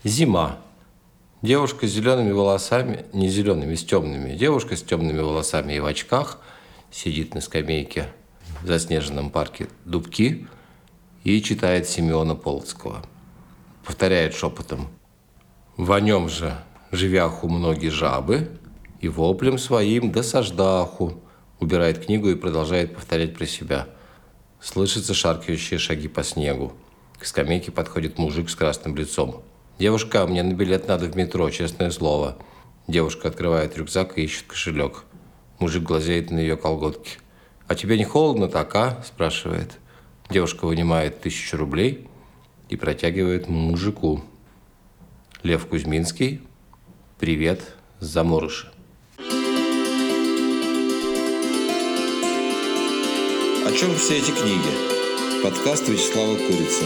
Зима. Девушка с зелеными волосами, не зелеными, с темными. Девушка с темными волосами и в очках сидит на скамейке в заснеженном парке Дубки и читает Семена Полоцкого. Повторяет шепотом: «Во нем же живяху многие жабы, и воплем своим досаждаху». Убирает книгу и продолжает повторять про себя. Слышатся шаркающие шаги по снегу. К скамейке подходит мужик с красным лицом. «Девушка, мне на билет надо в метро, честное слово». Девушка открывает рюкзак и ищет кошелек. Мужик глазеет на ее колготки. «А тебе не холодно так, а?» – спрашивает. Девушка вынимает 1000 рублей и протягивает мужику. Лев Кузьминский. Привет, заморыши. О чем все эти книги? Подкаст Вячеслава Курицына.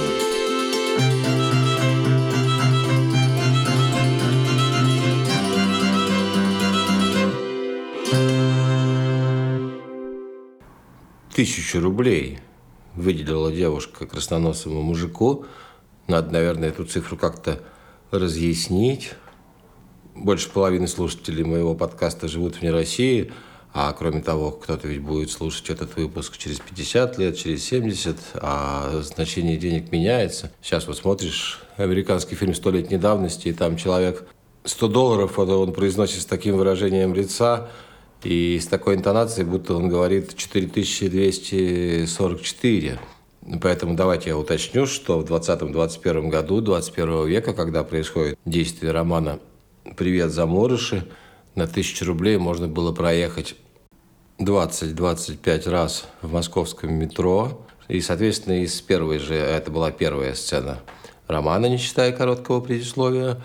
«1000 рублей выделила девушка красноносому мужику. Надо, наверное, эту цифру как-то разъяснить. Больше половины слушателей моего подкаста живут вне России, а кроме того, кто-то ведь будет слушать этот выпуск через 50 лет, через 70, а значение денег меняется. Сейчас вот смотришь американский фильм 100-летней давности, и там человек $100, он произносит с таким выражением лица и с такой интонацией, будто он говорит 4244. Поэтому давайте я уточню, что в 20-21 году 21 века, когда происходит действие романа «Привет, заморыши», на 1000 рублей можно было проехать 20-25 раз в московском метро. И, соответственно, из первой же, это была первая сцена романа, не считая короткого предисловия,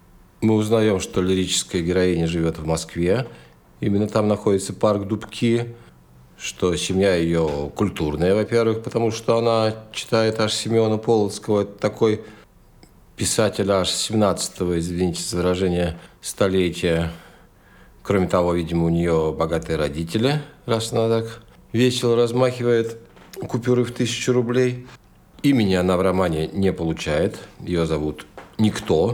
мы узнаем, что лирическая героиня живет в Москве. Именно там находится парк Дубки, что семья ее культурная, во-первых, потому что она читает аж Семена Полоцкого. Это такой писатель аж 17-го, извините за выражение, столетия. Кроме того, видимо, у нее богатые родители, раз она так весело размахивает купюры в 1000 рублей. Имени она в романе не получает, ее зовут Никто.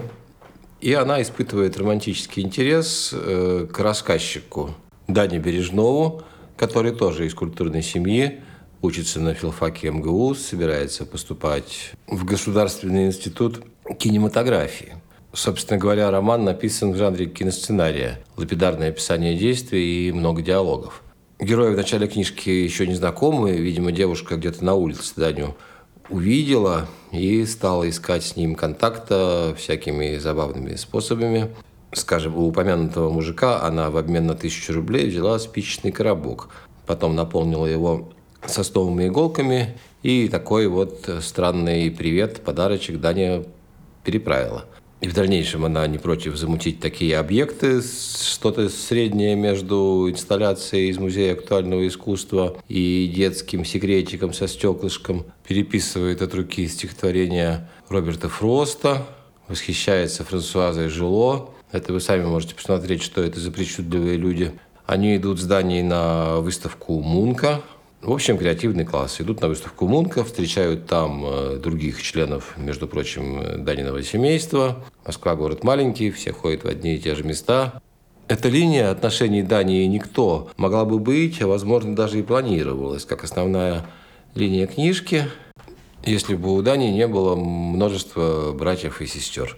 И она испытывает романтический интерес к рассказчику Дане Бережнову, который тоже из культурной семьи, учится на филфаке МГУ, собирается поступать в Государственный институт кинематографии. Собственно говоря, роман написан в жанре киносценария. Лапидарное описание действий и много диалогов. Герои в начале книжки еще не знакомы. Видимо, девушка где-то на улице Даню увидела и стала искать с ним контакта всякими забавными способами. Скажем, у упомянутого мужика она в обмен на 1000 рублей взяла спичечный коробок. Потом наполнила его сосновыми иголками и такой вот странный привет, подарочек Даня переправила. И в дальнейшем она не против замутить такие объекты, что-то среднее между инсталляцией из Музея актуального искусства и детским секретиком со стеклышком. Переписывает от руки стихотворение Роберта Фроста, восхищается Франсуазой Жило. Это вы сами можете посмотреть, что это за причудливые люди. Они идут с Даней на выставку Мунка. В общем, креативный класс. Идут на выставку Мунка, встречают там других членов, между прочим, Даниного семейства. Москва город маленький, все ходят в одни и те же места. Эта линия отношений Дани и Никто могла бы быть, а возможно даже и планировалась, как основная линия книжки, если бы у Дани не было множества братьев и сестер.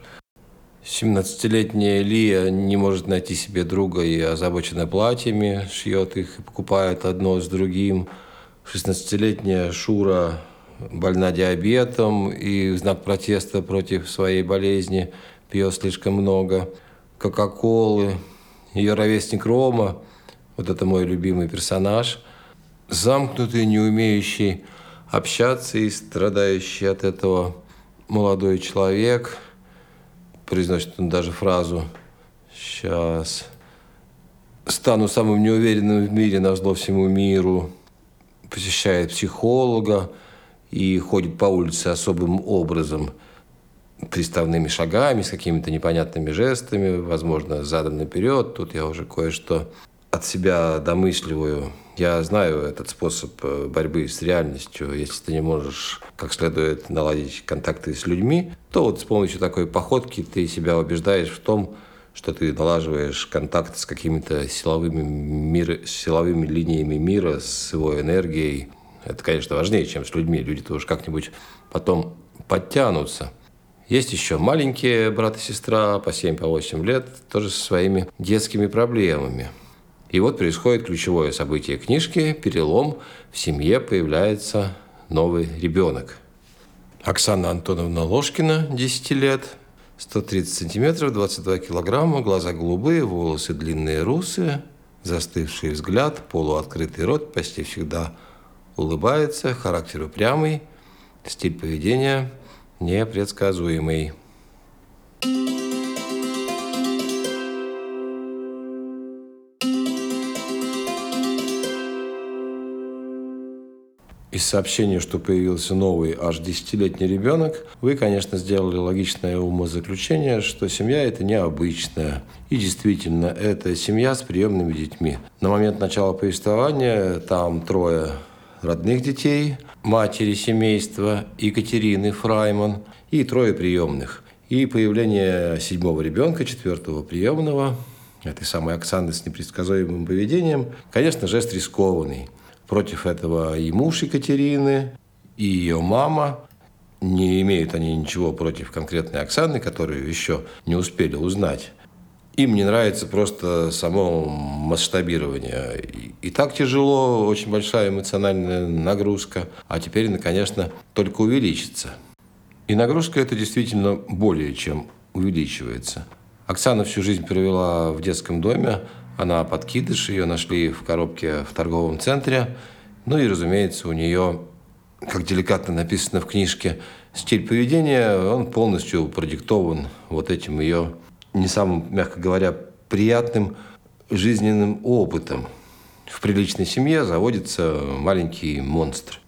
17-летняя Лия не может найти себе друга и озабочена платьями, шьет их и покупает одно с другим. 16-летняя Шура больна диабетом и в знак протеста против своей болезни пьет слишком много кока-колы. Ее ровесник Рома, вот это мой любимый персонаж, замкнутый, не умеющий общаться и страдающий от этого молодой человек. Произносит он даже фразу «Сейчас стану самым неуверенным в мире назло всему миру». Посещает психолога и ходит по улице особым образом, приставными шагами, с какими-то непонятными жестами, возможно, задом наперед. Тут я уже кое-что от себя домысливаю. Я знаю этот способ борьбы с реальностью. Если ты не можешь как следует наладить контакты с людьми, то вот с помощью такой походки ты себя убеждаешь в том, что ты налаживаешь контакт с какими-то силовыми линиями мира, с его энергией. Это, конечно, важнее, чем с людьми. Люди-то уж как-нибудь потом подтянутся. Есть еще маленькие брат и сестра по 7-8 лет, тоже со своими детскими проблемами. И вот происходит ключевое событие книжки – перелом. В семье появляется новый ребенок. Оксана Антоновна Ложкина, 10 лет, 130 сантиметров, 22 килограмма, глаза голубые, волосы длинные русые, застывший взгляд, полуоткрытый рот, почти всегда улыбается, характер упрямый, стиль поведения непредсказуемый. Из сообщения, что появился новый аж 10-летний ребенок, вы, конечно, сделали логичное умозаключение, что семья – это необычная. И действительно, это семья с приемными детьми. На момент начала повествования там 3 родных детей, матери семейства Екатерины Фрайман и 3 приемных. И появление 7-го ребенка, 4-го приемного, этой самой Оксаны с непредсказуемым поведением, конечно, жест рискованный. Против этого и муж Екатерины, и ее мама. Не имеют они ничего против конкретной Оксаны, которую еще не успели узнать. Им не нравится просто само масштабирование. И так тяжело, очень большая эмоциональная нагрузка. А теперь она, конечно, только увеличится. И нагрузка эта действительно более чем увеличивается. Оксана всю жизнь провела в детском доме. Она подкидыш, ее нашли в коробке в торговом центре. Ну и, разумеется, у нее, как деликатно написано в книжке, стиль поведения, он полностью продиктован вот этим ее не самым, мягко говоря, приятным жизненным опытом. В приличной семье заводится маленький монстр.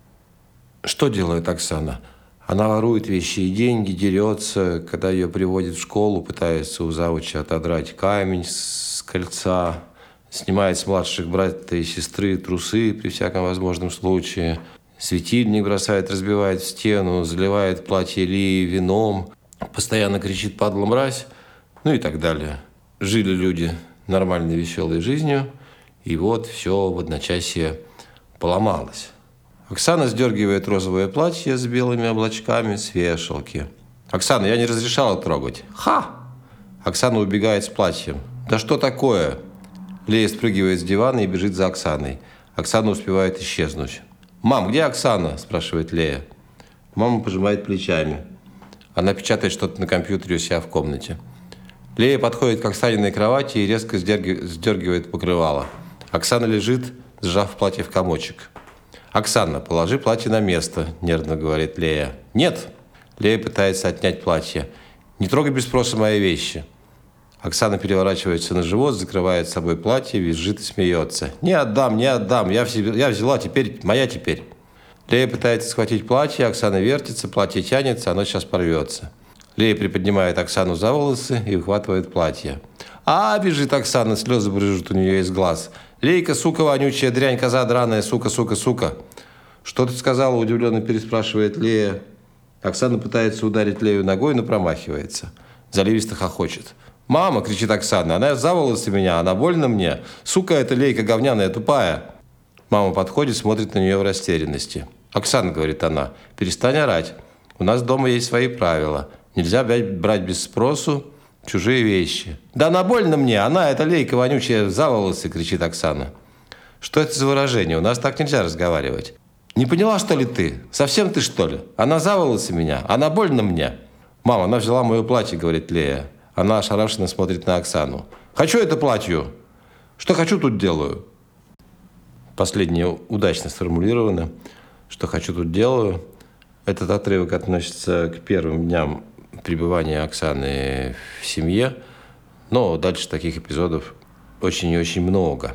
Что делает Оксана? Она ворует вещи и деньги, дерется, когда ее приводят в школу, пытается у завуча отодрать камень с кольца, снимает с младших брата и сестры трусы при всяком возможном случае, светильник бросает, разбивает в стену, заливает платье Лии вином, постоянно кричит «падла, мразь», ну и так далее. Жили люди нормальной веселой жизнью, и вот все в одночасье поломалось. Оксана сдергивает розовое платье с белыми облачками с вешалки. «Оксана, я не разрешала трогать». «Ха!» Оксана убегает с платьем. «Да что такое?» Лея спрыгивает с дивана и бежит за Оксаной. Оксана успевает исчезнуть. «Мам, где Оксана?» – спрашивает Лея. Мама пожимает плечами. Она печатает что-то на компьютере у себя в комнате. Лея подходит к Оксаниной кровати и резко сдергивает покрывало. Оксана лежит, сжав платье в комочек. «Оксана, положи платье на место», – нервно говорит Лея. «Нет!» Лея пытается отнять платье. «Не трогай без спроса мои вещи». Оксана переворачивается на живот, закрывает с собой платье, визжит и смеется. «Не отдам, не отдам, я взяла, теперь моя теперь». Лея пытается схватить платье, Оксана вертится, платье тянется, оно сейчас порвется. Лея приподнимает Оксану за волосы и выхватывает платье. «А!» – бежит Оксана, слезы брызжут у нее из глаз. «Лейка, сука вонючая, дрянь, коза драная, сука, сука, сука!» «Что ты сказала?» – удивленно переспрашивает Лея. Оксана пытается ударить Лею ногой, но промахивается. Заливисто хохочет. «Мама!» – кричит Оксана. «Она за волосы меня, она больно мне! Сука эта Лейка говняная, тупая!» Мама подходит, смотрит на нее в растерянности. «Оксана», – говорит она, – «перестань орать. У нас дома есть свои правила. Нельзя брать без спросу чужие вещи». «Да она больно мне! Она, эта Лейка вонючая, за волосы!» – кричит Оксана. «Что это за выражение? У нас так нельзя разговаривать». «Не поняла, что ли, ты? Совсем ты, что ли? Она за волосы меня, она больно мне». «Мама, она взяла мое платье», – говорит Лея. Она ошарашенно смотрит на Оксану. «Хочу это платье! Что хочу, тут делаю!» Последнее удачно сформулировано. «Что хочу, тут делаю». Этот отрывок относится к первым дням пребывания Оксаны в семье. Но дальше таких эпизодов очень и очень много.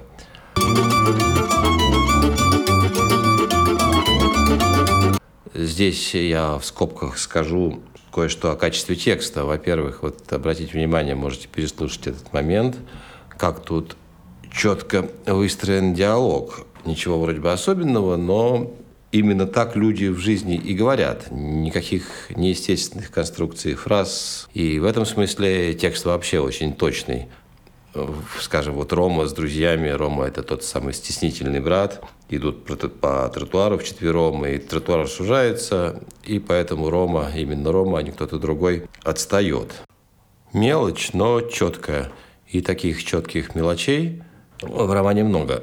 Здесь я в скобках скажу кое-что о качестве текста. Во-первых, вот обратите внимание, можете переслушать этот момент, как тут четко выстроен диалог. Ничего вроде бы особенного, но именно так люди в жизни и говорят. Никаких неестественных конструкций фраз. И в этом смысле текст вообще очень точный. Скажем, вот Рома с друзьями. Рома – это тот самый стеснительный брат. Идут по тротуару вчетвером, и тротуар сужается. И поэтому Рома, именно Рома, а не кто-то другой, отстает. Мелочь, но четкая. И таких четких мелочей в романе много.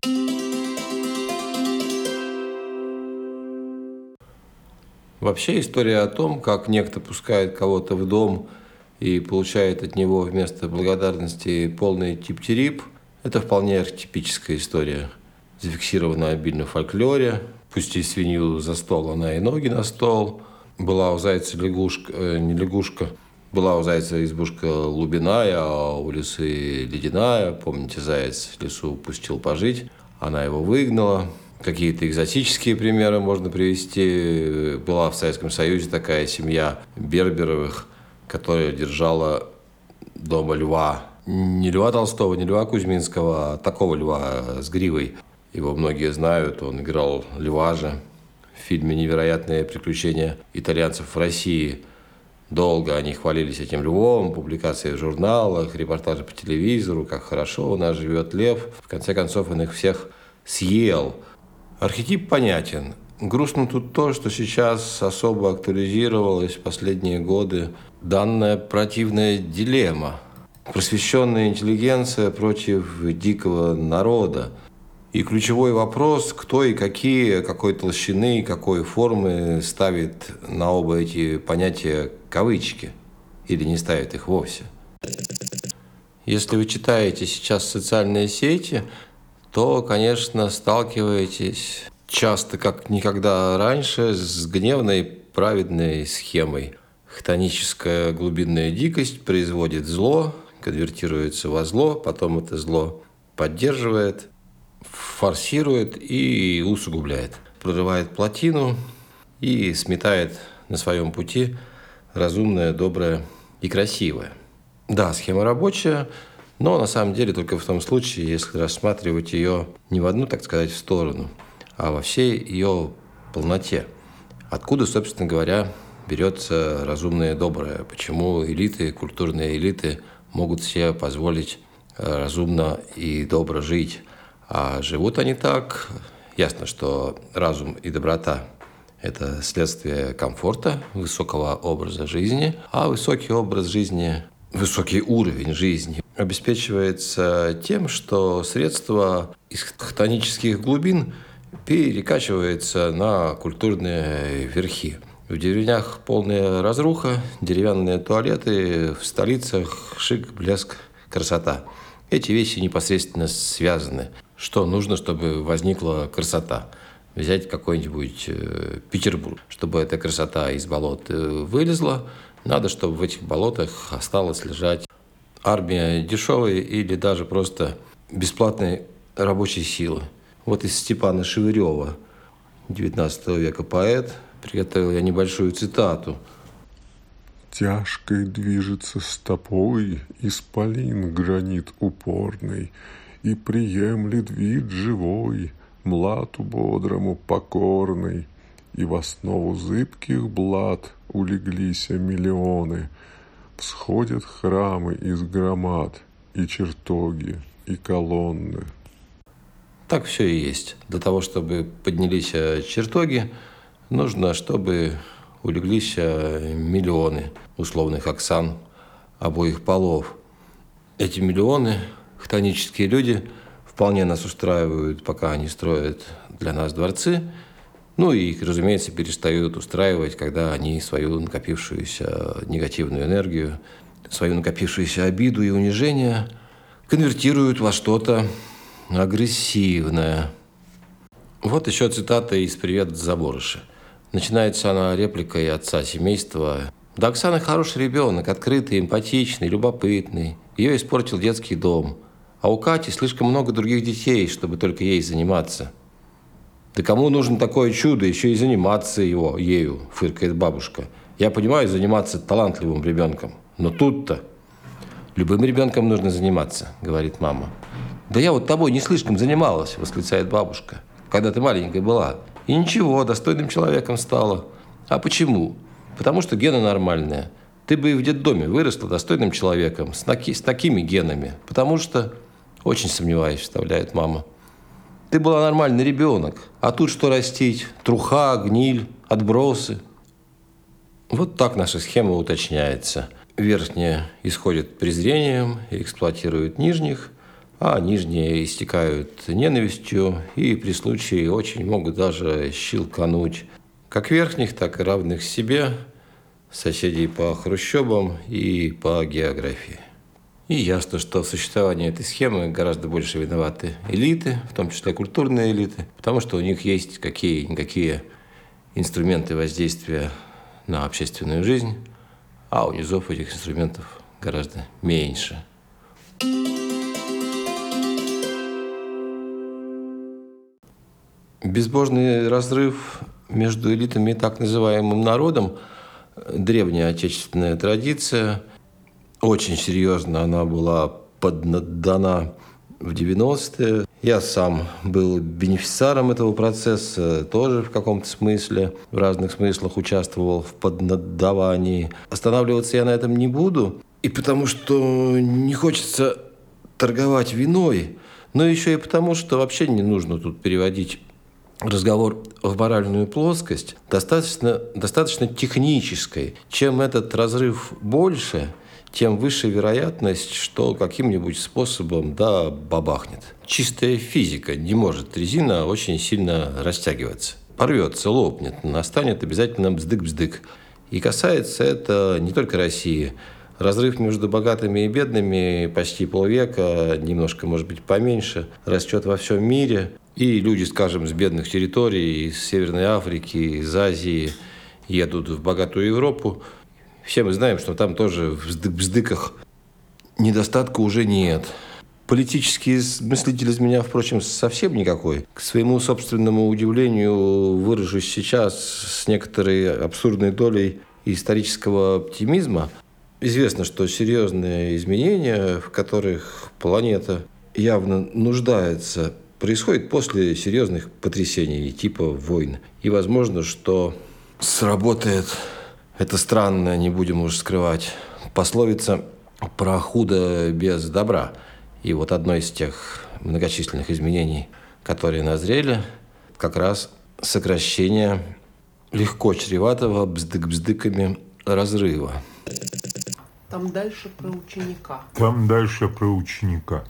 Вообще история о том, как некто пускает кого-то в дом и получает от него вместо благодарности полный тип-тирип, это вполне архетипическая история, зафиксирована обильно в фольклоре. Пусти свинью за стол, она и ноги на стол. Была у зайца лягушка, не лягушка, была у зайца избушка лубиная, а у лисы ледяная. Помните, заяц лису пустил пожить, она его выгнала. Какие-то экзотические примеры можно привести. Была в Советском Союзе такая семья Берберовых, которая держала дома льва. Не Льва Толстого, не Льва Кузьминского, а такого льва с гривой. Его многие знают, он играл льва же в фильме «Невероятные приключения итальянцев в России». Долго они хвалились этим львом, публикации в журналах, репортажи по телевизору, как хорошо у нас живет лев. В конце концов, он их всех съел. Архетип понятен. Грустно тут то, что сейчас особо актуализировалась в последние годы данная противная дилемма. Просвещенная интеллигенция против дикого народа. И ключевой вопрос, кто и какие, какой толщины, какой формы ставит на оба эти понятия кавычки. Или не ставит их вовсе. Если вы читаете сейчас социальные сети, то, конечно, сталкиваетесь часто, как никогда раньше, с гневной праведной схемой. Хтоническая глубинная дикость производит зло, конвертируется во зло, потом это зло поддерживает, форсирует и усугубляет. Прорывает плотину и сметает на своем пути разумное, доброе и красивое. Да, схема рабочая, но на самом деле только в том случае, если рассматривать ее не в одну, так сказать, сторону, а во всей ее полноте. Откуда, собственно говоря, берется разумное и доброе? Почему элиты, культурные элиты могут себе позволить разумно и добро жить? А живут они так. Ясно, что разум и доброта – это следствие комфорта, высокого образа жизни, а высокий образ жизни, высокий уровень жизни обеспечивается тем, что средства из хтонических глубин перекачивается на культурные верхи. В деревнях полная разруха, деревянные туалеты, в столицах шик, блеск, красота. Эти вещи непосредственно связаны. Что нужно, чтобы возникла красота? Взять какой-нибудь Петербург. Чтобы эта красота из болот вылезла, надо, чтобы в этих болотах осталась лежать армия дешевой или даже просто бесплатной рабочей силы. Вот из Степана Шевырева, XIX века поэт, приготовил я небольшую цитату. «Тяжкой движется стопой исполин гранит упорный, и приемлет вид живой, млату бодрому покорный, и в основу зыбких блат улеглися миллионы, всходят храмы из громад, и чертоги, и колонны». Так все и есть. Для того, чтобы поднялись чертоги, нужно, чтобы улеглись миллионы условных Оксан обоих полов. Эти миллионы, хтонические люди, вполне нас устраивают, пока они строят для нас дворцы. Ну и, разумеется, перестают устраивать, когда они свою накопившуюся негативную энергию, свою накопившуюся обиду и унижение конвертируют во что-то агрессивное. Вот еще цитата из «Привет, заборыши». Начинается она репликой отца семейства. «Да Оксана хороший ребенок, открытый, эмпатичный, любопытный. Ее испортил детский дом. А у Кати слишком много других детей, чтобы только ей заниматься». «Да кому нужно такое чудо, еще и заниматься ею», фыркает бабушка. «Я понимаю, заниматься талантливым ребенком, но тут-то...» «Любым ребенком нужно заниматься», говорит мама. «Да я вот тобой не слишком занималась», – восклицает бабушка, – «когда ты маленькая была. И ничего, достойным человеком стала». А почему? Потому что гены нормальные. Ты бы и в детдоме выросла достойным человеком, с такими генами. Потому что, очень сомневаюсь, вставляет мама, ты была нормальный ребенок. А тут что растить? Труха, гниль, отбросы. Вот так наша схема уточняется. Верхние исходят презрением и эксплуатируют нижних, а нижние истекают ненавистью и при случае очень могут даже щелкануть как верхних, так и равных себе, соседей по хрущобам и по географии. И ясно, что в существовании этой схемы гораздо больше виноваты элиты, в том числе культурные элиты, потому что у них есть какие-никакие инструменты воздействия на общественную жизнь, а у низов этих инструментов гораздо меньше. Безбожный разрыв между элитами и так называемым народом – древняя отечественная традиция. Очень серьезно она была поддана в 90-е. Я сам был бенефициаром этого процесса, тоже в каком-то смысле, в разных смыслах участвовал в поднаддавании. Останавливаться я на этом не буду, и потому что не хочется торговать виной, но еще и потому, что вообще не нужно тут переводить разговор в моральную плоскость, достаточно технической. Чем этот разрыв больше, тем выше вероятность, что каким-нибудь способом бабахнет. Чистая физика. Не может резина очень сильно растягиваться. Порвется, лопнет, настанет обязательно бздык-бздык. И касается это не только России. Разрыв между богатыми и бедными почти полвека, немножко, может быть, поменьше, растет во всем мире. И люди, скажем, с бедных территорий, из Северной Африки, из Азии едут в богатую Европу. Все мы знаем, что там тоже в бздыках недостатка уже нет. Политический мыслитель из меня, впрочем, совсем никакой. К своему собственному удивлению выражусь сейчас с некоторой абсурдной долей исторического оптимизма. Известно, что серьезные изменения, в которых планета явно нуждается, происходит после серьезных потрясений типа войн. И возможно, что сработает это странное, не будем уж скрывать, пословица про худо без добра. И вот одно из тех многочисленных изменений, которые назрели, как раз сокращение легко чреватого бздык-бздыками разрыва. Там дальше про ученика.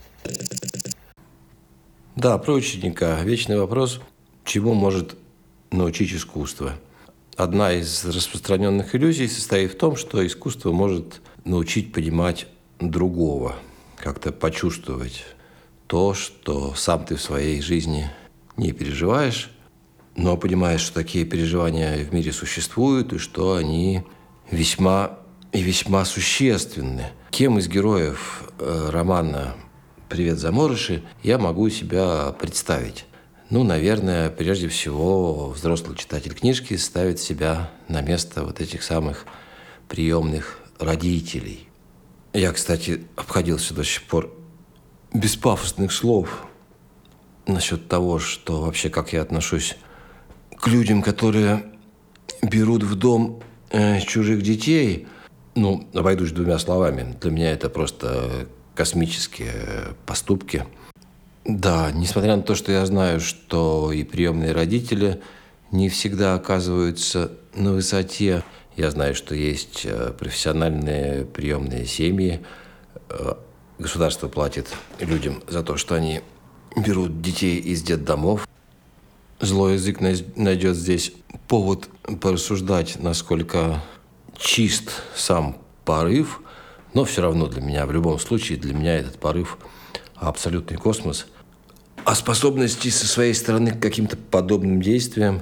Да, про ученика. Вечный вопрос, чему может научить искусство. Одна из распространенных иллюзий состоит в том, что искусство может научить понимать другого, как-то почувствовать то, что сам ты в своей жизни не переживаешь, но понимаешь, что такие переживания в мире существуют и что они весьма и весьма существенны. Кем из героев романа «Привет, заморыши» я могу себя представить? Наверное, прежде всего, взрослый читатель книжки ставит себя на место вот этих самых приемных родителей. Я, кстати, обходился до сих пор без пафосных слов насчет того, что вообще как я отношусь к людям, которые берут в дом чужих детей. Обойдусь двумя словами. Для меня это просто космические поступки. Да, несмотря на то, что я знаю, что и приемные родители не всегда оказываются на высоте. Я знаю, что есть профессиональные приемные семьи. Государство платит людям за то, что они берут детей из детдомов. Злой язык найдет здесь повод порассуждать, насколько чист сам порыв. Но все равно для меня, в любом случае, для меня этот порыв абсолютный космос. А способности со своей стороны к каким-то подобным действиям,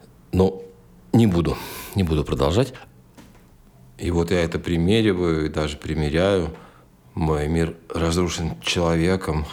не буду продолжать. И вот я это примериваю и даже примеряю. Мой мир разрушен человеком,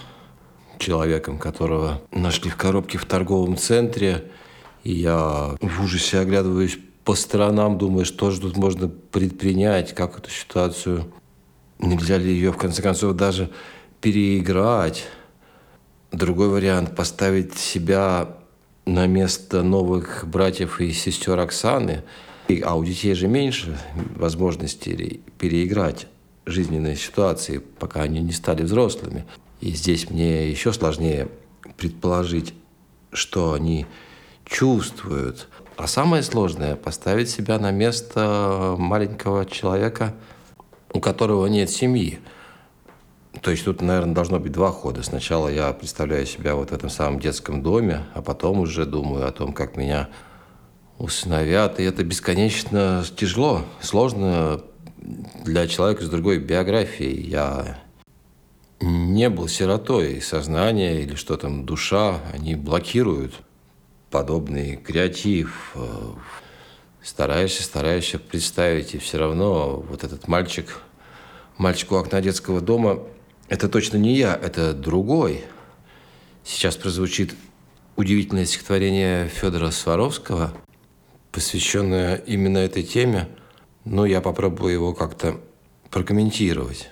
которого нашли в коробке в торговом центре. И я в ужасе оглядываюсь по сторонам, думаю, что же тут можно предпринять, как эту ситуацию, нельзя ли ее, в конце концов, даже переиграть. Другой вариант – поставить себя на место новых братьев и сестер Оксаны. А у детей же меньше возможностей переиграть жизненные ситуации, пока они не стали взрослыми. И здесь мне еще сложнее предположить, что они чувствуют. А самое сложное – поставить себя на место маленького человека, у которого нет семьи. То есть тут, наверное, должно быть два хода. Сначала я представляю себя вот в этом самом детском доме, а потом уже думаю о том, как меня усыновят. И это бесконечно тяжело, сложно для человека с другой биографией. Я не был сиротой. Сознание или что там, душа, они блокируют подобный креатив. Стараешься представить, и все равно вот этот мальчик у окна детского дома – это точно не я, это другой. Сейчас прозвучит удивительное стихотворение Федора Сваровского, посвященное именно этой теме, но я попробую его как-то прокомментировать.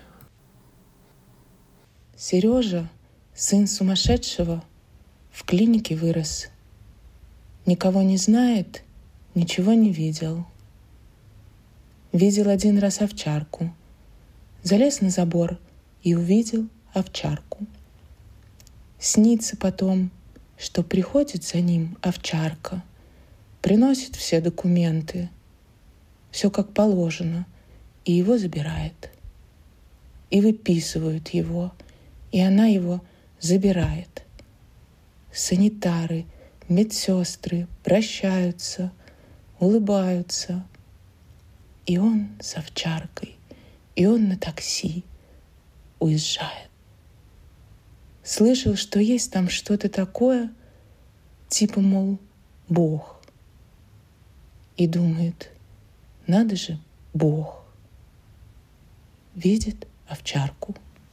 Сережа, сын сумасшедшего, в клинике вырос. Никого не знает, ничего не видел. Видел один раз овчарку. Залез на забор и увидел овчарку. Снится потом, что приходит за ним овчарка, приносит все документы, все как положено, и его забирает. И выписывают его, и она его забирает. Санитары, медсестры прощаются, улыбаются. И он с овчаркой, и он на такси уезжает. Слышал, что есть там что-то такое, типа, мол, Бог. И думает, надо же, Бог. Видит овчарку.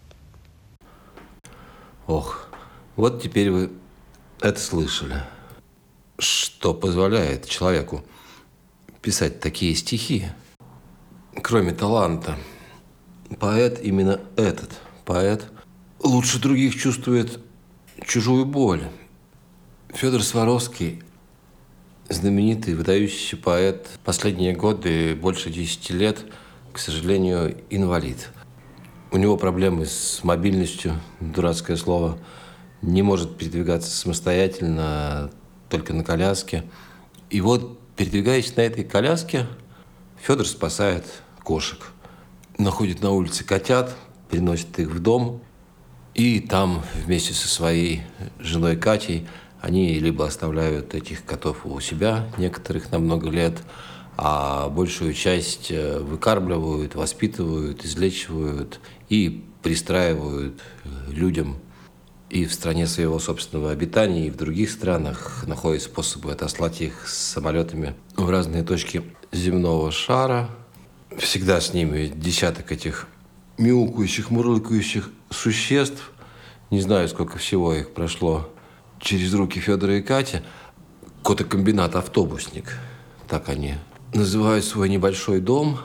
Ох, вот теперь вы это слышали. Что позволяет человеку писать такие стихи? Кроме таланта. Поэт именно этот. Поэт лучше других чувствует чужую боль. Федор Сваровский, знаменитый, выдающийся поэт, последние годы, больше 10 лет, к сожалению, инвалид. У него проблемы с мобильностью, дурацкое слово, не может передвигаться самостоятельно, только на коляске. И вот, передвигаясь на этой коляске, Федор спасает кошек. Находит на улице котят, переносит их в дом, и там вместе со своей женой Катей они либо оставляют этих котов у себя, некоторых на много лет, а большую часть выкармливают, воспитывают, излечивают и пристраивают людям. И в стране своего собственного обитания, и в других странах находят способы отослать их с самолетами в разные точки земного шара. Всегда с ними десяток этих мяукающих, мурлыкающих существ. Не знаю, сколько всего их прошло через руки Федора и Кати. Котокомбинат-автобусник. Так они называют свой небольшой дом.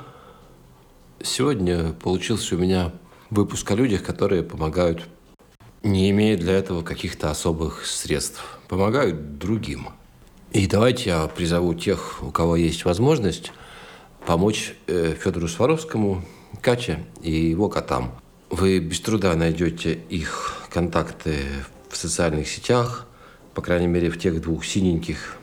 Сегодня получился у меня выпуск о людях, которые помогают, не имея для этого каких-то особых средств. Помогают другим. И давайте я призову тех, у кого есть возможность, помочь Федору Сваровскому, Кате и его котам. Вы без труда найдете их контакты в социальных сетях, по крайней мере, в тех двух синенькими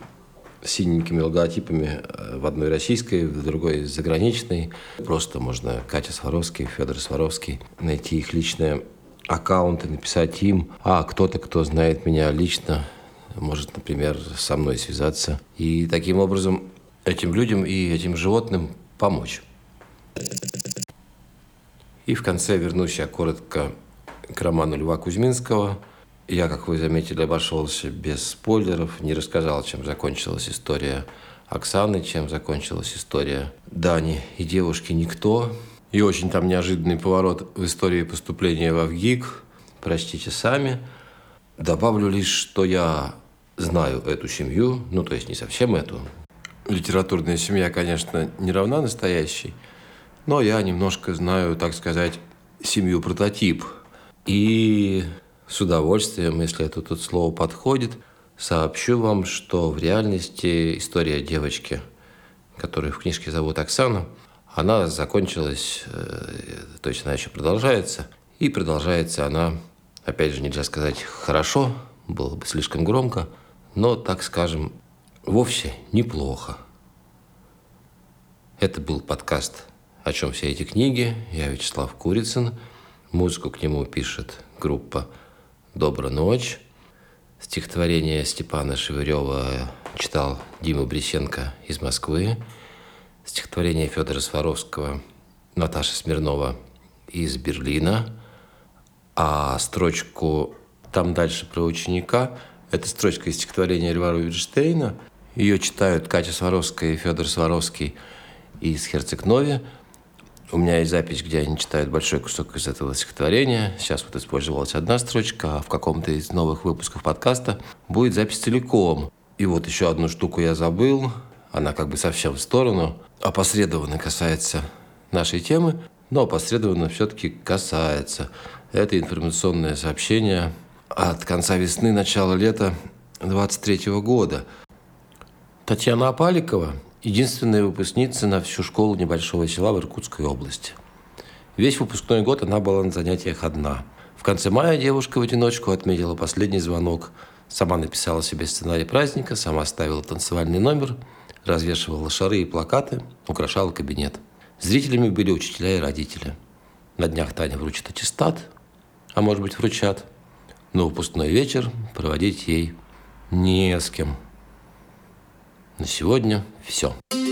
логотипами, в одной российской, в другой заграничной. Просто можно Катя Сваровский, Федор Сваровский, найти их личные аккаунты, написать им, а кто-то, кто знает меня лично, может, например, со мной связаться. И таким образом этим людям и этим животным помочь. И в конце вернусь я коротко к роману Льва Кузьминского. Я, как вы заметили, обошелся без спойлеров, не рассказал, чем закончилась история Оксаны, чем закончилась история Дани и девушки «Никто». И очень там неожиданный поворот в истории поступления в ВГИК. Прочтите сами. Добавлю лишь, что я знаю эту семью, ну, то есть не совсем эту. Литературная семья, конечно, не равна настоящей, но я немножко знаю, так сказать, семью-прототип. И С удовольствием, если это тут слово подходит, сообщу вам, что в реальности история девочки, которую в книжке зовут Оксана, она закончилась, то есть она еще продолжается. И продолжается она, опять же, нельзя сказать хорошо, было бы слишком громко, но, так скажем, вовсе неплохо. Это был подкаст «О чем все эти книги». Я Вячеслав Курицын. Музыку к нему пишет группа «Добрая ночь». Стихотворение Степана Шевырева читал Дима Брисенко из Москвы. Стихотворение Федора Сваровского, Наташа Смирнова из Берлина. А строчку «Там дальше про ученика» – это строчка из стихотворения Льва Рубинштейна. Ее читают Катя Сваровская и Федор Сваровский из Херцег-Нови. У меня есть запись, где они читают большой кусок из этого стихотворения. Сейчас вот использовалась одна строчка, а в каком-то из новых выпусков подкаста будет запись целиком. И вот еще одну штуку я забыл. Она как бы совсем в сторону. Опосредованно касается нашей темы, но опосредованно все-таки касается. Это информационное сообщение от конца весны, начала лета 23 года. Татьяна Апаликова – единственная выпускница на всю школу небольшого села в Иркутской области. Весь выпускной год она была на занятиях одна. В конце мая девушка в одиночку отметила последний звонок. Сама написала себе сценарий праздника, сама ставила танцевальный номер, развешивала шары и плакаты, украшала кабинет. Зрителями были учителя и родители. На днях Таня вручит аттестат, а может быть вручат. Но выпускной вечер проводить ей не с кем. На сегодня все.